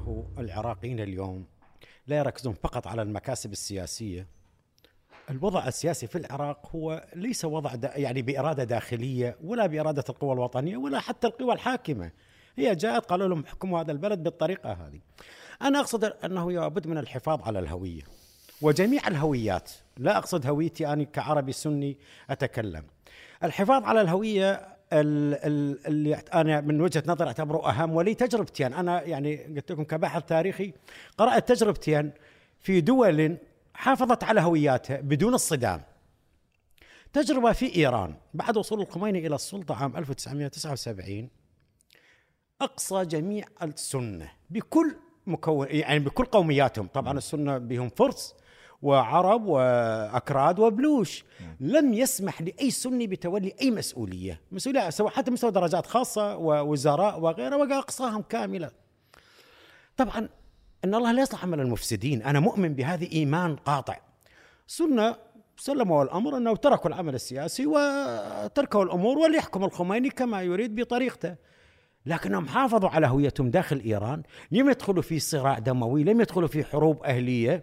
أكو العراقيين اليوم لا يركزون فقط على المكاسب السياسية. الوضع السياسي في العراق هو ليس وضع يعني بإرادة داخلية ولا بإرادة القوى الوطنية ولا حتى القوى الحاكمة. هي جاءت قالوا لهم احكموا هذا البلد بالطريقة هذه. أنا أقصد أنه لابد من الحفاظ على الهوية وجميع الهويات، لا أقصد هويتي أنا كعربي سني أتكلم. الحفاظ على الهوية اللي أنا من وجهة نظر أعتبره أهم، ولي تجربتين. أنا يعني قلت لكم كباحث تاريخي قرأت تجربتين في دول حافظت على هوياتها بدون الصدام. تجربة في إيران بعد وصول الخميني إلى السلطة عام 1979، أقصى جميع السنة بكل مكون، يعني بكل قومياتهم، طبعا السنة بهم فرس وعرب وأكراد وبلوش، لم يسمح لأي سني بتولي أي مسؤولية سواء حتى مستوى درجات خاصة ووزراء وغيره، وأقصاهم كاملة. طبعا إن الله لا يصلح عمل المفسدين، أنا مؤمن بهذه إيمان قاطع. سنة سلموا الأمر أنه تركوا العمل السياسي وتركوا الأمور وليحكم الخميني كما يريد بطريقته، لكنهم حافظوا على هويتهم داخل إيران. لم يدخلوا في صراع دموي، لم يدخلوا في حروب أهلية.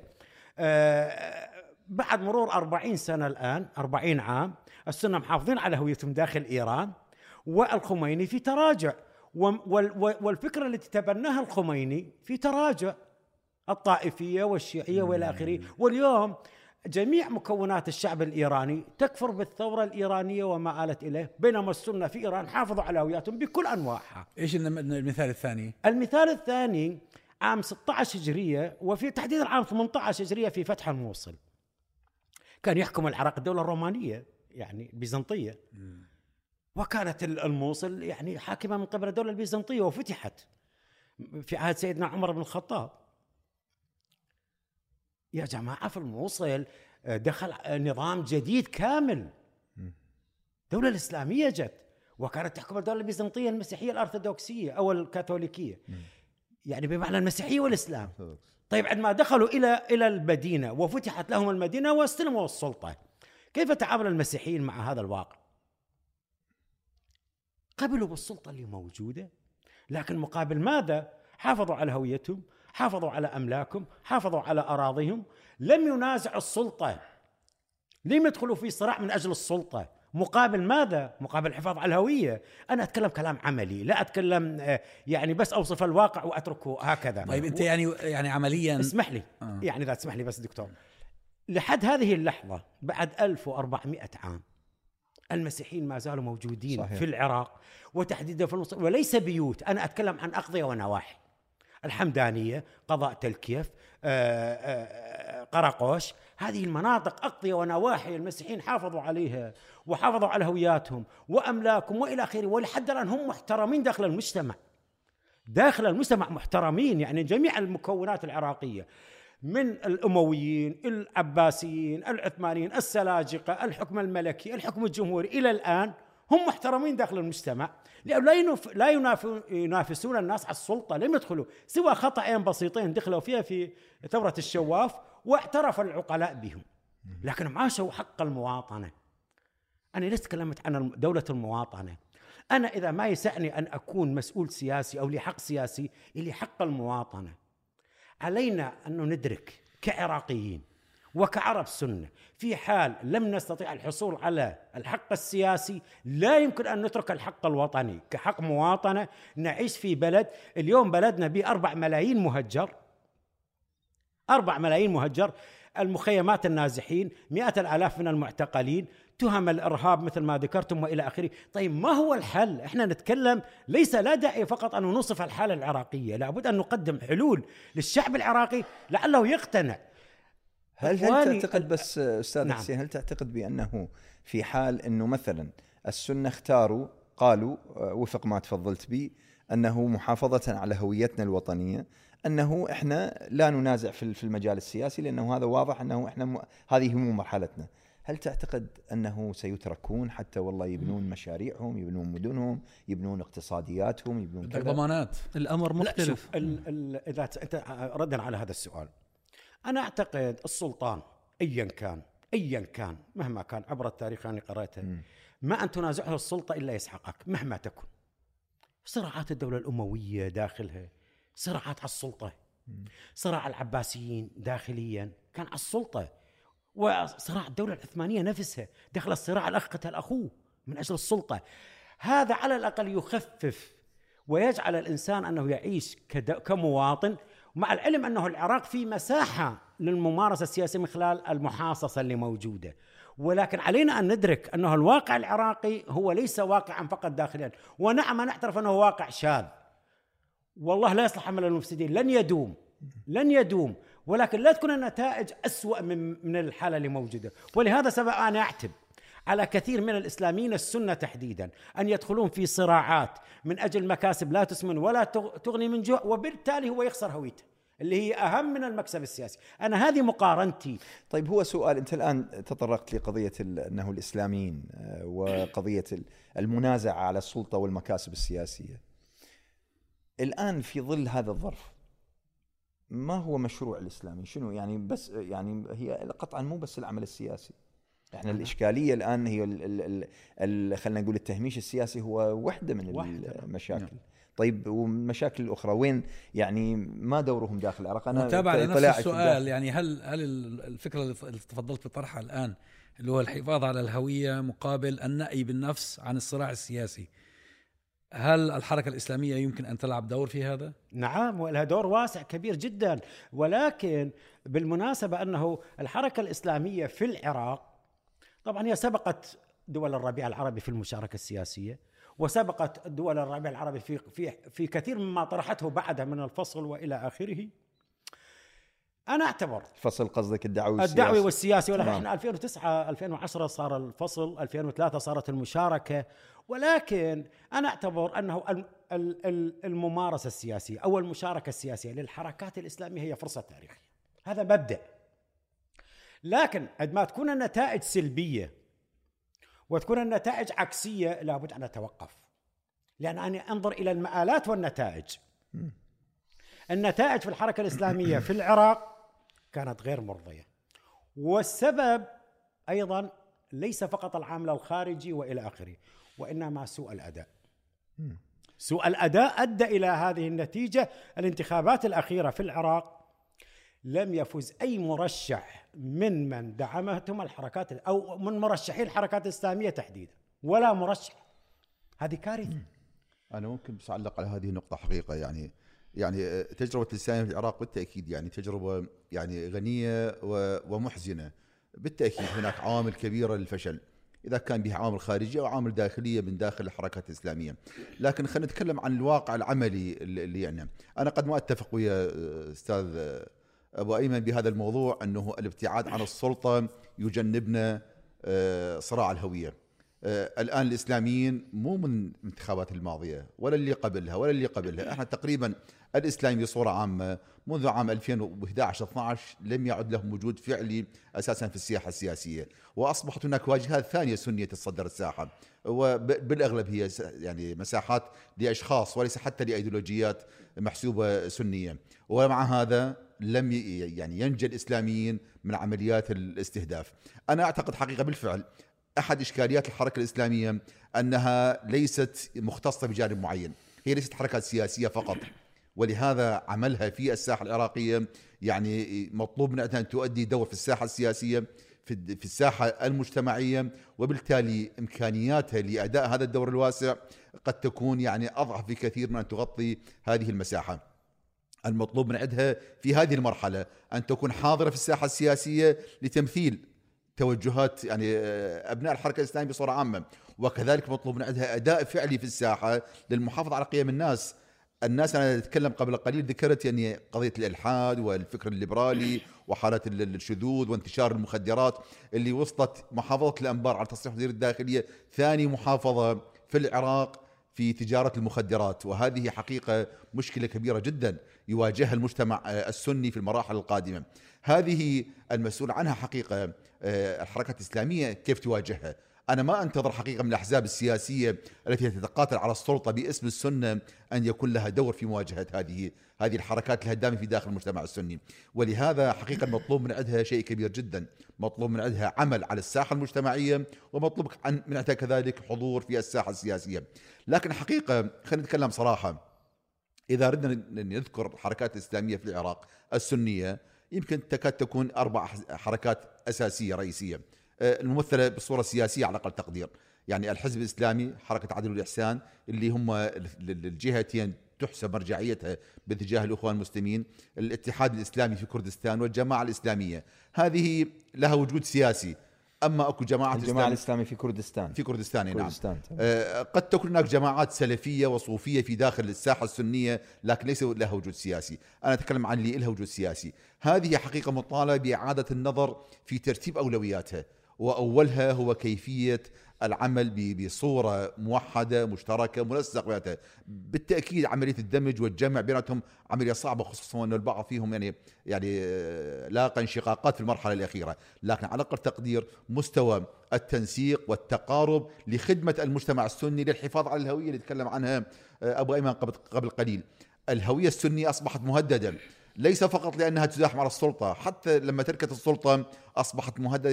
بعد مرور 40 سنة الآن 40 عام السنة محافظين على هويتهم داخل إيران، والخميني في تراجع، والفكرة التي تبناها الخميني في تراجع، الطائفية والشيعية والى آخره. واليوم جميع مكونات الشعب الإيراني تكفر بالثورة الإيرانية وما آلت إليه، بينما السنة في إيران حافظوا على هوياتهم بكل أنواعها. إيش المثال الثاني؟ المثال الثاني عام 16 هجرية، وفي تحديد العام 18 هجرية في فتح الموصل، كان يحكم العراق الدولة الرومانية يعني البيزنطية، وكانت الموصل يعني حاكمة من قبل الدولة البيزنطية، وفتحت في عهد سيدنا عمر بن الخطاب. يا جماعة في الموصل دخل نظام جديد كامل، الدولة الإسلامية جت، وكانت تحكم الدولة البيزنطية المسيحية الأرثوذكسية أو الكاثوليكية، يعني بمعنى المسيحية والإسلام. طيب عندما دخلوا إلى المدينة وفتحت لهم المدينة واستلموا السلطة، كيف تعامل المسيحيين مع هذا الواقع؟ قبلوا بالسلطة اللي موجودة، لكن مقابل ماذا؟ حافظوا على هويتهم، حافظوا على أملاكهم، حافظوا على أراضيهم، لم ينازعوا السلطة، لم يدخلوا في صراع من أجل السلطة. مقابل ماذا؟ مقابل الحفاظ على الهوية. أنا أتكلم كلام عملي، لا أتكلم يعني بس أوصف الواقع وأتركه هكذا. طيب أنت يعني عمليا اسمح لي يعني إذا تسمح لي بس دكتور، لحد هذه اللحظة بعد 1400 عام المسيحيين ما زالوا موجودين صحيح. في العراق وتحديدا في الموصل، وليس بيوت، أنا أتكلم عن أقضية ونواحي، الحمدانية، قضاء تلكيف، قراقوش، هذه المناطق أقضية ونواحي المسيحيين حافظوا عليها وحافظوا على هوياتهم وأملاكهم وإلى آخره، ولحد الآن هم محترمين داخل المجتمع محترمين، يعني جميع المكونات العراقية من الأمويين، العباسيين، العثمانيين، السلاجقة، الحكم الملكي، الحكم الجمهوري، إلى الآن هم محترمين داخل المجتمع، لأنه لا ينافسون الناس على السلطة، لم يدخلوا سوى خطأين بسيطين دخلوا فيها في ثورة الشواف واعترف العقلاء بهم، لكن عاشوا حق المواطنة. أنا لست تكلمت عن دولة المواطنة. أنا إذا ما يسعني أن أكون مسؤول سياسي أو لي حق سياسي، لي حق المواطنة. علينا أن ندرك كعراقيين وكعرب سنة، في حال لم نستطيع الحصول على الحق السياسي لا يمكن أن نترك الحق الوطني كحق مواطنة. نعيش في بلد اليوم بلدنا به 4 ملايين مهجر، 4 ملايين مهجر، المخيمات النازحين، 100,000 من المعتقلين، تهم الإرهاب مثل ما ذكرتم وإلى آخره. طيب ما هو الحل؟ إحنا نتكلم، ليس لا داعي فقط أن نوصف الحالة العراقية، لابد أن نقدم حلول للشعب العراقي لعله يقتنع. هل تعتقد بس أستاذ حسين، هل تعتقد بأنه في حال أنه مثلا السنة اختاروا قالوا وفق ما تفضلت به أنه محافظة على هويتنا الوطنية، أنه إحنا لا ننازع في المجال السياسي لأنه هذا واضح أنه إحنا هذه مو مرحلتنا، هل تعتقد أنه سيتركون حتى والله يبنون مشاريعهم، يبنون مدنهم، يبنون اقتصادياتهم، يبنون ضمانات؟ الأمر مختلف. إذا أنت ردا على هذا السؤال، أنا أعتقد السلطان أيا كان مهما كان عبر التاريخ أنا قرأته، ما أن تنازعه السلطة إلا يسحقك مهما تكن. صراعات الدولة الأموية داخلها، صراعات على السلطة، صراع العباسيين داخليا كان على السلطة، وصراع الدولة العثمانية نفسها دخل الصراع، الأخ قتل أخوه من أجل السلطة. هذا على الأقل يخفف ويجعل الإنسان أنه يعيش كمواطن، مع العلم أنه العراق في مساحة للممارسة السياسية من خلال المحاصصة اللي موجودة، ولكن علينا أن ندرك أنه الواقع العراقي هو ليس واقعا فقط داخليا، ونعم نعترف أنه واقع شاذ، والله لا يصلح عمل المفسدين، لن يدوم، ولكن لا تكون النتائج أسوأ من الحالة اللي موجودة. ولهذا سبب أنا أعتب على كثير من الإسلاميين السنة تحديدا أن يدخلون في صراعات من أجل مكاسب لا تسمن ولا تغني من جوع، وبالتالي هو يخسر هويته اللي هي أهم من المكسب السياسي. أنا هذه مقارنتي. طيب هو سؤال، أنت الآن تطرقت لقضية أنه الإسلاميين وقضية المنازعة على السلطة والمكاسب السياسية. الآن في ظل هذا الظرف ما هو مشروع الإسلامي؟ شنو يعني؟ بس يعني هي قطعا مو بس العمل السياسي، احنا الإشكالية الآن هي خلينا نقول التهميش السياسي هو واحدة من المشاكل. طيب والمشاكل الأخرى وين؟ يعني ما دورهم داخل العراق؟ أنا تابع لنفس السؤال، يعني هل الفكرة اللي تفضلت بطرحها الآن اللي هو الحفاظ على الهوية مقابل النأي بالنفس عن الصراع السياسي، هل الحركة الإسلامية يمكن أن تلعب دور في هذا؟ نعم، ولها دور واسع كبير جدا. ولكن بالمناسبة أنه الحركة الإسلامية في العراق طبعا هي سبقت دول الربيع العربي في المشاركة السياسية، وسبقت دول الربيع العربي في كثير مما طرحته بعدها من الفصل وإلى آخره. أنا أعتبر فصل، قصدك الدعوي والسياسي، ولا إحنا 2009 2010 صار الفصل، 2003 صارت المشاركة. ولكن أنا أعتبر أنه الممارسة السياسية أو المشاركة السياسية للحركات الإسلامية هي فرصة تاريخية، هذا مبدأ. لكن عندما تكون النتائج سلبية وتكون النتائج عكسية لابد أن نتوقف، لأن أنا أنظر إلى المآلات والنتائج. النتائج في الحركة الإسلامية في العراق كانت غير مرضية، والسبب أيضا ليس فقط العامل الخارجي وإلى آخره، وإنما سوء الأداء. سوء الأداء أدى إلى هذه النتيجة. الانتخابات الأخيرة في العراق لم يفز أي مرشح من دعمتهم الحركات أو من مرشحي الحركات الإسلامية تحديدا، ولا مرشح. هذه كارثة. أنا ممكن بس أعلق على هذه النقطة حقيقة. يعني تجربة الإسلام في العراق بالتأكيد يعني تجربة يعني غنية ومحزنة. بالتأكيد هناك عوامل كبيرة للفشل، إذا كان به عوامل خارجية أو عوامل داخلية من داخل الحركات الإسلامية. لكن خلينا نتكلم عن الواقع العملي اللي يعني أنا قد ما أتفق ويا أستاذ أبو أيمن بهذا الموضوع، أنه الابتعاد عن السلطة يجنبنا صراع الهوية. الآن الإسلاميين مو من الانتخابات الماضية ولا اللي قبلها احنا تقريبا الإسلامي بصورة عامة منذ عام 2011-12 لم يعد لهم وجود فعلي أساسا في الساحة السياسية، وأصبحت هناك واجهات ثانية سنية تصدر الساحة، وبالأغلب هي يعني مساحات لأشخاص وليس حتى لأيديولوجيات محسوبة سنية. ومع هذا لم يعني ينجى الإسلاميين من عمليات الاستهداف. أنا أعتقد حقيقة بالفعل أحد إشكاليات الحركة الإسلامية أنها ليست مختصة بجانب معين، هي ليست حركة سياسية فقط، ولهذا عملها في الساحة العراقية يعني مطلوب منها أن تؤدي دور في الساحة السياسية في الساحة المجتمعية، وبالتالي إمكانياتها لأداء هذا الدور الواسع قد تكون يعني أضعف بكثير من أن تغطي هذه المساحة. المطلوب من عندها في هذه المرحلة أن تكون حاضرة في الساحة السياسية لتمثيل توجهات يعني أبناء الحركة الإسلامية بصورة عامة، وكذلك مطلوب من عندها أداء فعلي في الساحة للمحافظة على قيم الناس. أنا أتكلم قبل قليل ذكرت يعني قضية الإلحاد والفكر الليبرالي وحالات الشذوذ وانتشار المخدرات اللي وصلت محافظة الأنبار على تصريح وزير الداخلية ثاني محافظة في العراق في تجارة المخدرات، وهذه حقيقة مشكلة كبيرة جدا يواجهها المجتمع السني في المراحل القادمة. هذه المسؤول عنها حقيقة الحركات الإسلامية كيف تواجهها. أنا ما أنتظر حقيقة من الأحزاب السياسية التي تتقاتل على السلطة باسم السنة أن يكون لها دور في مواجهة هذه الحركات الهدامة في داخل المجتمع السني، ولهذا حقيقة مطلوب من عندها شيء كبير جدا، مطلوب من عندها عمل على الساحة المجتمعية، ومطلوب من عندها كذلك حضور في الساحة السياسية. لكن حقيقة خلينا نتكلم صراحة، إذا ردنا نذكر الحركات الإسلامية في العراق السنية، يمكن تكاد تكون 4 حركات أساسية رئيسية الممثلة بالصورة السياسية على أقل تقدير. يعني الحزب الإسلامي، حركة عدل والإحسان، اللي هم الجهتين تحسب مرجعيتها باتجاه الأخوان المسلمين، الاتحاد الإسلامي في كردستان والجماعة الإسلامية، هذه لها وجود سياسي. أما أكو الجماعة الإسلامية في كردستان، نعم. قد تكون هناك جماعات سلفية وصوفية في داخل الساحة السنية، لكن ليس لها وجود سياسي. أنا أتكلم عن اللي لها وجود سياسي. هذه حقيقة مطالبة بإعادة النظر في ترتيب أولوياتها، وأولها هو كيفية العمل بصورة موحدة مشتركة منسق بيناتها. بالتأكيد عملية الدمج والجمع بيناتهم عملية صعبة، خصوصا أن البعض فيهم يعني لاقى انشقاقات في المرحلة الأخيرة، لكن على أقل تقدير مستوى التنسيق والتقارب لخدمة المجتمع السني للحفاظ على الهوية اللي تكلم عنها أبو أيمن قبل قليل. الهوية السنية أصبحت مهددة، ليس فقط لأنها تزاحم على السلطة، حتى لما تركت السلطة أصبحت مهددة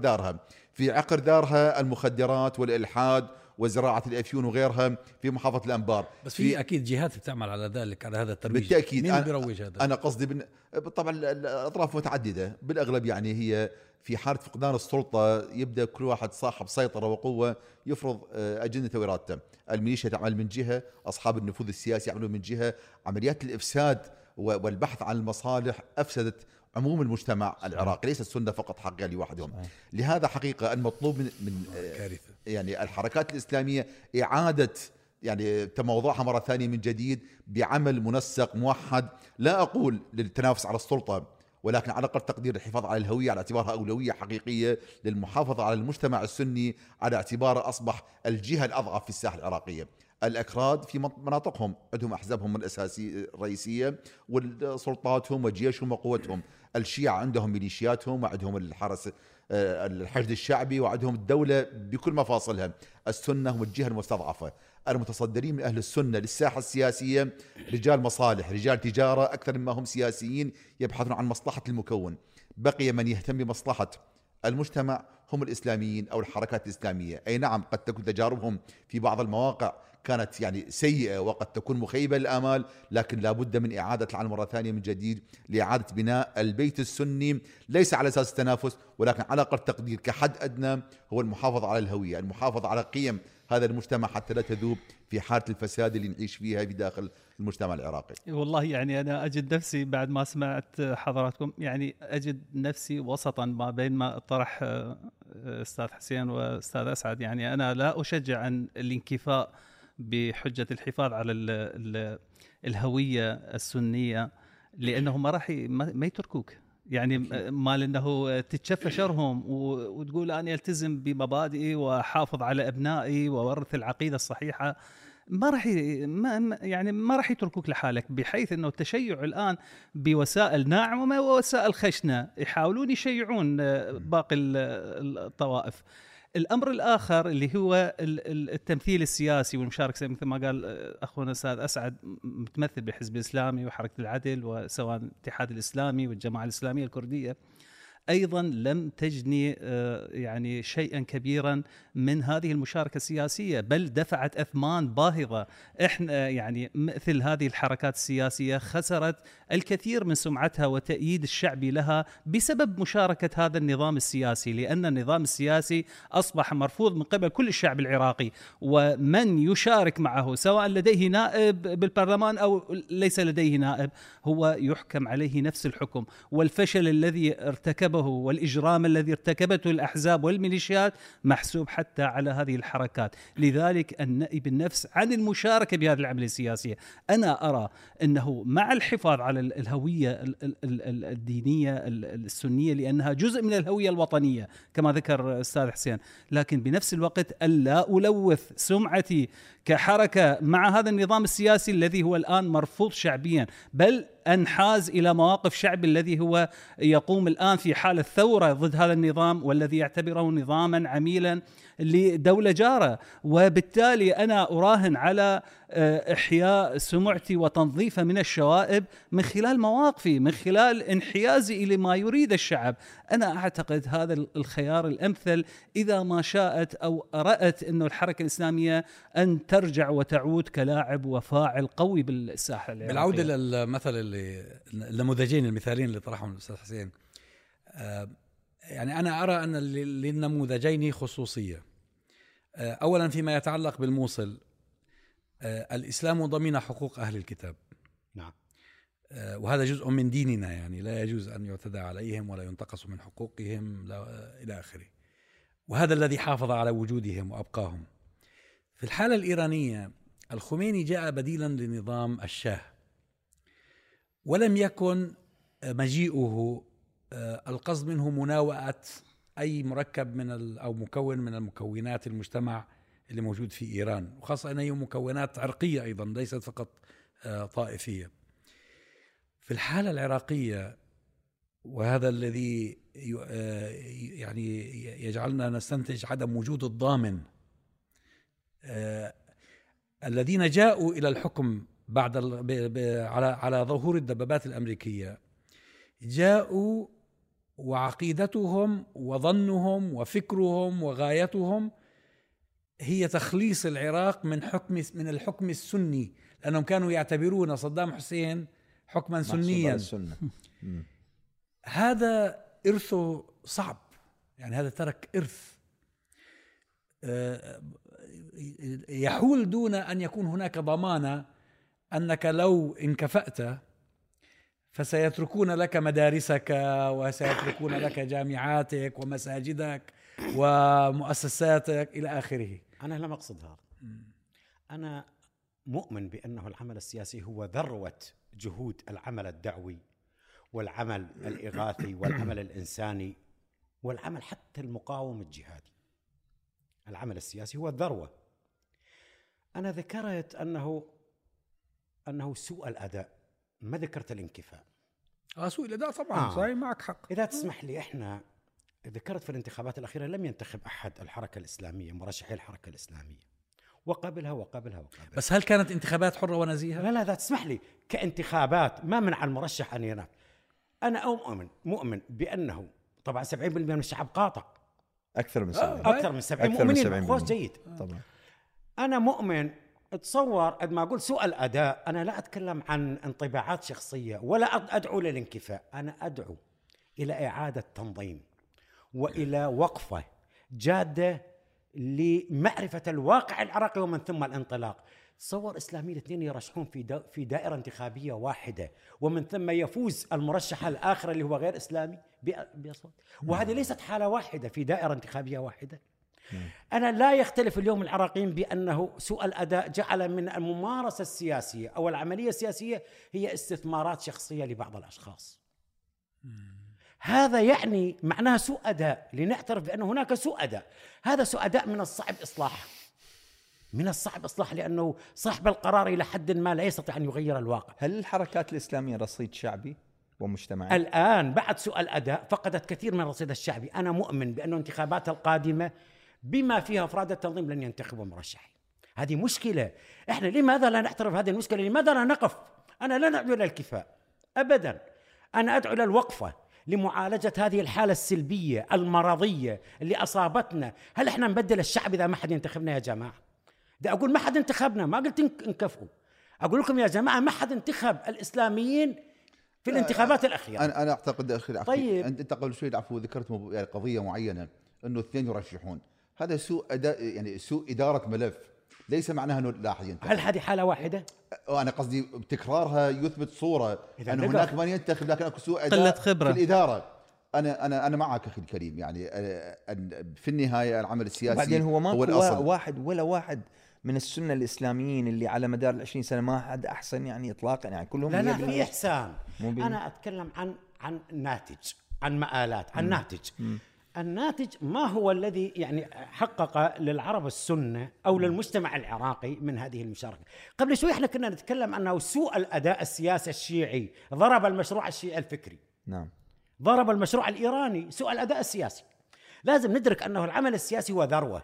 في عقر دارها المخدرات والإلحاد وزراعة الأفيون وغيرها في محافظة الأنبار. بس في أكيد جهات بتعمل على ذلك، على هذا الترويج. بالتأكيد. مين بيروج هذا؟ أنا قصدي طبعا الأطراف متعددة بالأغلب. يعني هي في حالة فقدان السلطة يبدأ كل واحد صاحب سيطرة وقوة يفرض أجندته وإرادته. الميليشيا تعمل من جهة، أصحاب النفوذ السياسي يعملون من جهة. عمليات الإفساد والبحث عن المصالح أفسدت عموم المجتمع العراقي، ليس السنة فقط حقيقة لوحدهم. لهذا حقيقة المطلوب من يعني الحركات الإسلامية إعادة يعني تموضعها مرة ثانية من جديد بعمل منسق موحد، لا أقول للتنافس على السلطة، ولكن على أقل تقدير الحفاظ على الهوية على اعتبارها أولوية حقيقية للمحافظة على المجتمع السني على اعتباره أصبح الجهة الأضعف في الساحة العراقية. الأكراد في مناطقهم عندهم أحزابهم الرئيسية والسلطاتهم وجيشهم وقوتهم. الشيعة عندهم ميليشياتهم وعندهم الحشد الشعبي وعندهم الدولة بكل مفاصلها. السنة هم الجهة المستضعفة. المتصدرين من أهل السنة للساحة السياسية رجال مصالح، رجال تجارة، أكثر مما هم سياسيين يبحثون عن مصلحة المكون. بقي من يهتم بمصلحة المجتمع هم الإسلاميين أو الحركات الإسلامية. أي نعم قد تكون تجاربهم في بعض المواقع كانت يعني سيئة وقد تكون مخيبة للآمال، لكن لابد من إعادة العمل مرة ثانية من جديد لإعادة بناء البيت السني، ليس على أساس التنافس ولكن على أقل تقدير كحد أدنى هو المحافظة على الهوية، المحافظة على قيم هذا المجتمع حتى لا تذوب في حالة الفساد اللي نعيش فيها بداخل المجتمع العراقي. والله يعني أنا أجد نفسي بعد ما سمعت حضراتكم، يعني أجد نفسي وسطا ما بين ما طرح أستاذ حسين وأستاذ أسعد. يعني أنا لا أشجع عن الانكفاء بحجة الحفاظ على الهوية السنية، لأنه ما يتركوك. يعني مال أنه تتشفى شرهم وتقول أنا ألتزم بمبادئي وحافظ على أبنائي وورث العقيدة الصحيحة، ما راح يتركوك لحالك. بحيث أنه التشيع الآن بوسائل ناعمة ووسائل خشنة يحاولون يشيعون باقي الطوائف. الأمر الآخر اللي هو التمثيل السياسي والمشاركة، مثل ما قال أخونا أستاذ أسعد، متمثل بالحزب الإسلامي وحركة العدل وسواء الاتحاد الإسلامي والجماعة الإسلامية الكردية، أيضا لم تجني يعني شيئا كبيرا من هذه المشاركة السياسية، بل دفعت أثمان باهظة. إحنا يعني مثل هذه الحركات السياسية خسرت الكثير من سمعتها وتأييد الشعبي لها بسبب مشاركة هذا النظام السياسي، لأن النظام السياسي أصبح مرفوض من قبل كل الشعب العراقي، ومن يشارك معه سواء لديه نائب بالبرلمان أو ليس لديه نائب هو يحكم عليه نفس الحكم. والفشل الذي ارتكبه والإجرام الذي ارتكبته الأحزاب والميليشيات محسوب حتى على هذه الحركات. لذلك النأي بالنفس عن المشاركة بهذه العملية السياسية. أنا أرى أنه مع الحفاظ على الهوية الدينية السنية لأنها جزء من الهوية الوطنية كما ذكر أستاذ حسين، لكن بنفس الوقت ألا ألوث سمعتي كحركة مع هذا النظام السياسي الذي هو الآن مرفوض شعبيا، بل أنحاز إلى مواقف شعب الذي هو يقوم الآن في حالة ثورة ضد هذا النظام والذي يعتبره نظاما عميلا لدولة جارة، وبالتالي أنا أراهن على إحياء سمعتي وتنظيفها من الشوائب من خلال مواقفي، من خلال انحيازي إلى ما يريد الشعب. أنا أعتقد هذا الخيار الأمثل إذا ما شاءت أو رأت أنه الحركة الإسلامية أن ترجع وتعود كلاعب وفاعل قوي بالساحة العراقية. بالعودة للمثل النموذجين المثالين اللي طرحهم الأستاذ حسين، يعني أنا أرى أن للنموذجين خصوصية. أولا فيما يتعلق بالموصل، الإسلام ضمن حقوق أهل الكتاب، نعم، وهذا جزء من ديننا، يعني لا يجوز أن يعتدى عليهم ولا ينتقص من حقوقهم إلى آخره، وهذا الذي حافظ على وجودهم وأبقاهم. في الحالة الإيرانية الخميني جاء بديلا لنظام الشاه، ولم يكن مجيئه القصد منه مناوئة أي مركب من أو مكون من المكونات المجتمع اللي موجود في إيران، وخاصة أنها مكونات عرقية أيضا ليست فقط طائفية. في الحالة العراقية، وهذا الذي يعني يجعلنا نستنتج عدم وجود الضامن، الذين جاءوا إلى الحكم بعد على ظهور الدبابات الأمريكية جاءوا وعقيدتهم وظنهم وفكرهم وغايتهم هي تخليص العراق من الحكم السني، لأنهم كانوا يعتبرون صدام حسين حكما سنيا. هذا إرثه صعب، يعني هذا ترك إرث يحول دون أن يكون هناك ضمانة أنك لو انكفأت فسيتركون لك مدارسك وسيتركون لك جامعاتك ومساجدك ومؤسساتك إلى آخره. أنا لم أقصد هذا. أنا مؤمن بأنه العمل السياسي هو ذروة جهود العمل الدعوي والعمل الإغاثي والعمل الإنساني والعمل حتى المقاوم الجهادي. العمل السياسي هو الذروة. أنا ذكرت أنه سوء الأداء، ما ذكرت الانكفاء. سوء الأداء طبعا صحيح، معك حق. إذا تسمح لي، إحنا ذكرت في الانتخابات الأخيرة لم ينتخب أحد الحركة الإسلامية، مرشحي الحركة الإسلامية، وقبلها. بس هل كانت انتخابات حرة ونزيهة؟ لا إذا تسمح لي، كانتخابات ما منع المرشح أن ينافس. أنا مؤمن بأنه طبعا 70% من الشعب قاطع، أكثر من 70 أكثر من 70 مؤمنين، خوش جيد. طبعا أنا مؤمن. تصور قد ما أقول سوء الأداء، أنا لا أتكلم عن انطباعات شخصية ولا أدعو للانكفاء، أنا أدعو إلى إعادة تنظيم وإلى وقفة جادة لمعرفة الواقع العراقي ومن ثم الانطلاق. تصور إسلاميين الاثنين يرشحون في دائرة انتخابية واحدة، ومن ثم يفوز المرشح الآخر اللي هو غير إسلامي بأصوات، وهذه ليست حالة واحدة في دائرة انتخابية واحدة. أنا لا يختلف اليوم العراقيين بأنه سوء الأداء جعل من الممارسة السياسية أو العملية السياسية هي استثمارات شخصية لبعض الأشخاص. هذا يعني معناه سوء أداء، لنعترف بأن هناك سوء أداء. هذا سوء أداء من الصعب إصلاح، لأنه صاحب القرار إلى حد ما لا يستطيع أن يغير الواقع. هل الحركات الإسلامية رصيد شعبي ومجتمعي؟ الآن بعد سوء الأداء فقدت كثير من الرصيد الشعبي. أنا مؤمن بأن الانتخابات القادمة بما فيها أفراد التنظيم لن ينتخبوا مرشحين. هذه مشكلة. إحنا لماذا لا نعترف هذه المشكلة؟ لماذا لا نقف؟ أنا لا أدعو إلى الكفاء أبدا، أنا أدعو إلى الوقفة لمعالجة هذه الحالة السلبية المرضية اللي أصابتنا. هل إحنا نبدل الشعب إذا ما حد ينتخبنا يا جماعة؟ ده أقول ما حد انتخبنا، ما قلت انكفوا. أقول لكم يا جماعة ما حد انتخب الإسلاميين في الانتخابات الأخيرة. أنا أعتقد أخي طيب. أنت قبل شوي ذكرت يعني قضية معينة، إنه اثنين يرشحون. هذا سوء أداء، يعني سوء إدارة ملف، ليس معناها أنه لا أحد ينتخب. هل هذه حالة واحدة؟ أنا قصدي تكرارها يثبت صورة أن هناك من ينتخب لكن أكو سوء أداء قلة خبرة في الإدارة. أنا معك أخي الكريم، يعني في النهاية العمل السياسي بعدين هو الأصل. واحد من السنة الإسلاميين اللي على مدار 20 سنة ما حد أحسن يعني إطلاقا، يعني كلهم لا في إحسان. أنا أنا أتكلم عن ناتج، عن مآلات، عن ناتج. الناتج ما هو الذي يعني حقق للعرب السنة أو للمجتمع العراقي من هذه المشاركة. قبل شوي احنا كنا نتكلم أنه سوء الأداء السياسي الشيعي ضرب المشروع الشيعي الفكري، نعم، ضرب المشروع الإيراني. سوء الأداء السياسي، لازم ندرك أنه العمل السياسي هو ذروة.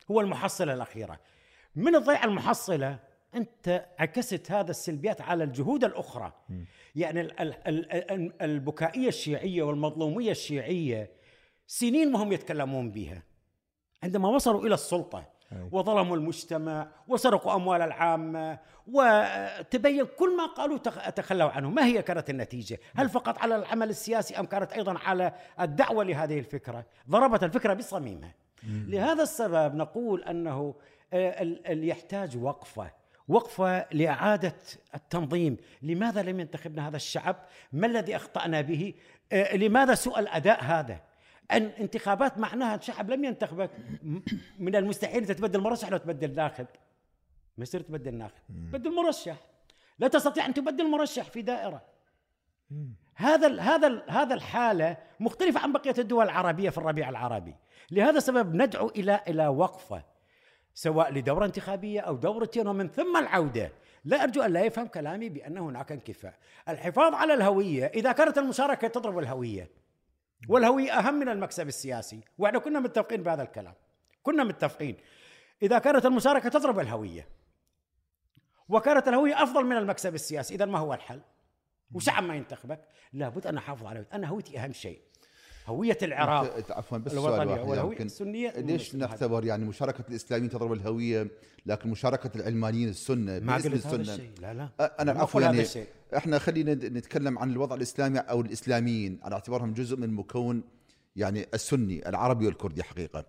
هو المحصلة الأخيرة. من تضيع المحصلة أنت عكست هذا السلبيات على الجهود الأخرى. يعني البكائية الشيعية والمظلومية الشيعية سنين ما هم يتكلمون بها، عندما وصلوا إلى السلطة وظلموا المجتمع وسرقوا أموال العامة وتبين كل ما قالوا تخلوا عنه. ما هي كانت النتيجة؟ هل فقط على العمل السياسي أم كانت أيضا على الدعوة لهذه الفكرة؟ ضربت الفكرة بصميمها. لهذا السبب نقول أنه يحتاج وقفة لإعادة التنظيم. لماذا لم ينتخبنا هذا الشعب؟ ما الذي أخطأنا به؟ لماذا سوء الأداء هذا؟ أن انتخابات معناها الشعب لم ينتخبك. من المستحيل تتبدل مرشح لو تبدل ناخب، ما يصير تبدل ناخب، بدل مرشح. لا تستطيع أن تبدل مرشح في دائرة. هذا الحالة مختلفة عن بقية الدول العربية في الربيع العربي. لهذا السبب ندعو إلى وقفة، سواء لدورة انتخابية أو دورتين ومن ثم العودة. لا أرجو أن لا يفهم كلامي بأن هناك انكفاء. الحفاظ على الهوية، إذا كانت المشاركة تضرب الهوية، والهوية أهم من المكسب السياسي، وإحنا كنا متفقين بهذا الكلام، كنا متفقين. إذا كانت المشاركة تضرب الهوية وكانت الهوية أفضل من المكسب السياسي، إذن ما هو الحل؟ وشعب ما ينتخبك. لابد أن نحافظ على أنا هويتي أهم شيء، هوية العراق عفوا بس الوطنية والهوية السنية. ليش نعتبر يعني مشاركة الإسلاميين تضرب الهوية لكن مشاركة العلمانيين السنة باسم السنة؟ لا أنا عفوا يعني إحنا خلينا نتكلم عن الوضع الإسلامي أو الإسلاميين على اعتبارهم جزء من مكون يعني السني العربي والكردي. حقيقة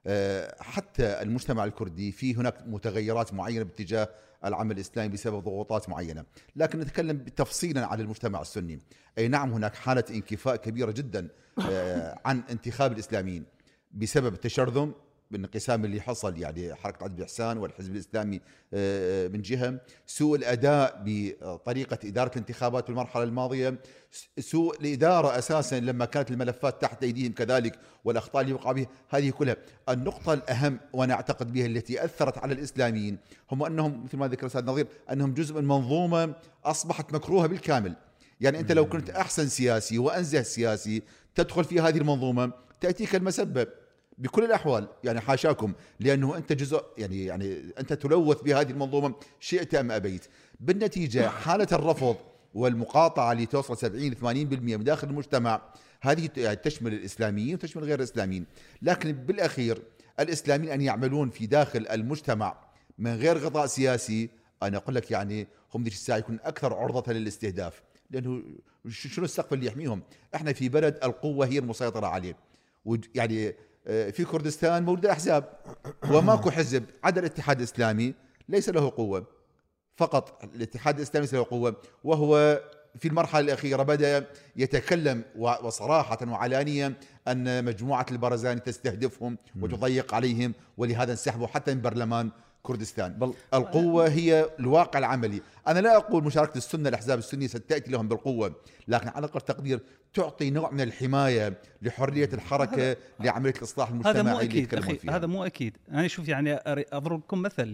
حتى المجتمع الكردي فيه هناك متغيرات معينة باتجاه العمل الإسلامي بسبب ضغوطات معينة، لكن نتكلم تفصيلا عن المجتمع السني. أي نعم هناك حالة انكفاء كبيرة جدا عن انتخاب الإسلاميين بسبب التشرذم بالانقسام اللي حصل، يعني حركة عدل الإحسان والحزب الإسلامي من جهة، سوء الأداء بطريقة إدارة الانتخابات في المرحلة الماضية، سوء الإدارة أساسا لما كانت الملفات تحت أيديهم كذلك، والأخطاء اللي وقع بها هذه كلها. النقطة الأهم وأنا أعتقد بها التي أثرت على الإسلاميين هم أنهم مثل ما ذكر أستاذ نظير أنهم جزء من منظومة أصبحت مكروهة بالكامل. يعني أنت لو كنت أحسن سياسي وأنزه سياسي تدخل في هذه المنظومة تأتيك المسبة بكل الأحوال، يعني حاشاكم، لأنه أنت جزء يعني أنت تلوث بهذه المنظومة شئت أم أبيت. بالنتيجة حالة الرفض والمقاطعة اللي توصل 70-80% من داخل المجتمع هذه يعني تشمل الإسلاميين وتشمل غير الإسلاميين، لكن بالأخير الإسلاميين أن يعملون في داخل المجتمع من غير غطاء سياسي، أنا أقول لك يعني هم ذيك الساعة يكون أكثر عرضة للاستهداف. لأنه شنو السقف اللي يحميهم؟ احنا في بلد القوة هي المسيطرة عليه، يعني في كردستان موجودة أحزاب وماكو حزب عدا الاتحاد الإسلامي ليس له قوة، فقط الاتحاد الإسلامي ليس له قوة، وهو في المرحلة الأخيرة بدأ يتكلم وصراحة وعلانية أن مجموعة البرزاني تستهدفهم وتضيق عليهم، ولهذا انسحبوا حتى من برلمان كردستان. القوة هي الواقع العملي. أنا لا أقول مشاركة السنة الأحزاب السنية ستأتي لهم بالقوة، لكن على أقل تقدير تعطي نوع من الحماية لحرية الحركة لعملية الإصلاح المجتمعي. هذا مو أكيد أخي، هذا مو أكيد. أنا شوف يعني أضرب لكم مثل،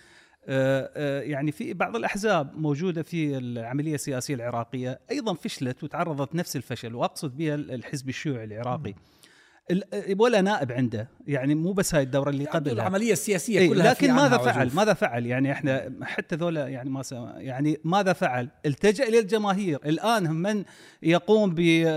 يعني في بعض الأحزاب موجودة في العملية السياسية العراقية أيضا فشلت وتعرضت نفس الفشل، وأقصد بها الحزب الشيوعي العراقي ولا نائب عنده، يعني مو بس هاي الدورة اللي قبلها العملية السياسية كلها. لكن ماذا فعل يعني احنا حتى ذولا يعني ماذا فعل؟ التجأ إلى الجماهير. الآن من يقوم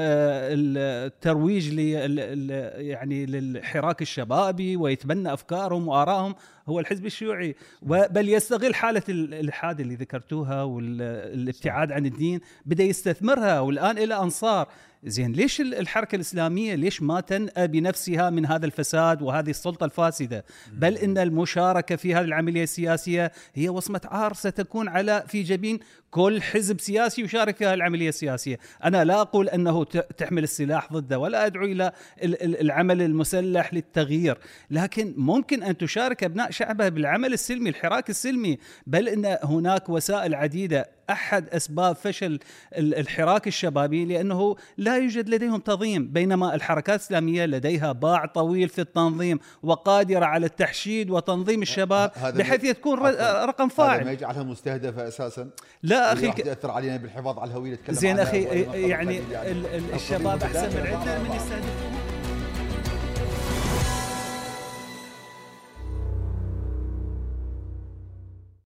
بالترويج يعني للحراك الشبابي ويتبنى أفكارهم وآرائهم هو الحزب الشيوعي، بل يستغل حالة الإلحاد اللي ذكرتوها والابتعاد عن الدين، بدأ يستثمرها والآن إلى أنصار. زين ليش الحركة الإسلامية ليش ما تنأى بنفسها من هذا الفساد وهذه السلطة الفاسدة؟ بل إن المشاركة في هذه العملية السياسية هي وصمة عار ستكون في جبين كل حزب سياسي يشارك في هذه العملية السياسية. أنا لا أقول أنه تحمل السلاح ضده ولا أدعو إلى العمل المسلح للتغيير، لكن ممكن أن تشارك أبناء شعبها بالعمل السلمي، الحراك السلمي. بل إن هناك وسائل عديدة. أحد أسباب فشل الحراك الشبابي لأنه لا يوجد لديهم تنظيم، بينما الحركات الإسلامية لديها باع طويل في التنظيم وقادرة على التحشيد وتنظيم الشباب بحيث يكون رقم فاعل. هذا ما يجعلها مستهدفة أساسا. لا أخي يأثر علينا بالحفاظ على الهوية. زين أخي يعني الشباب أحسن من عندنا من يستهدفون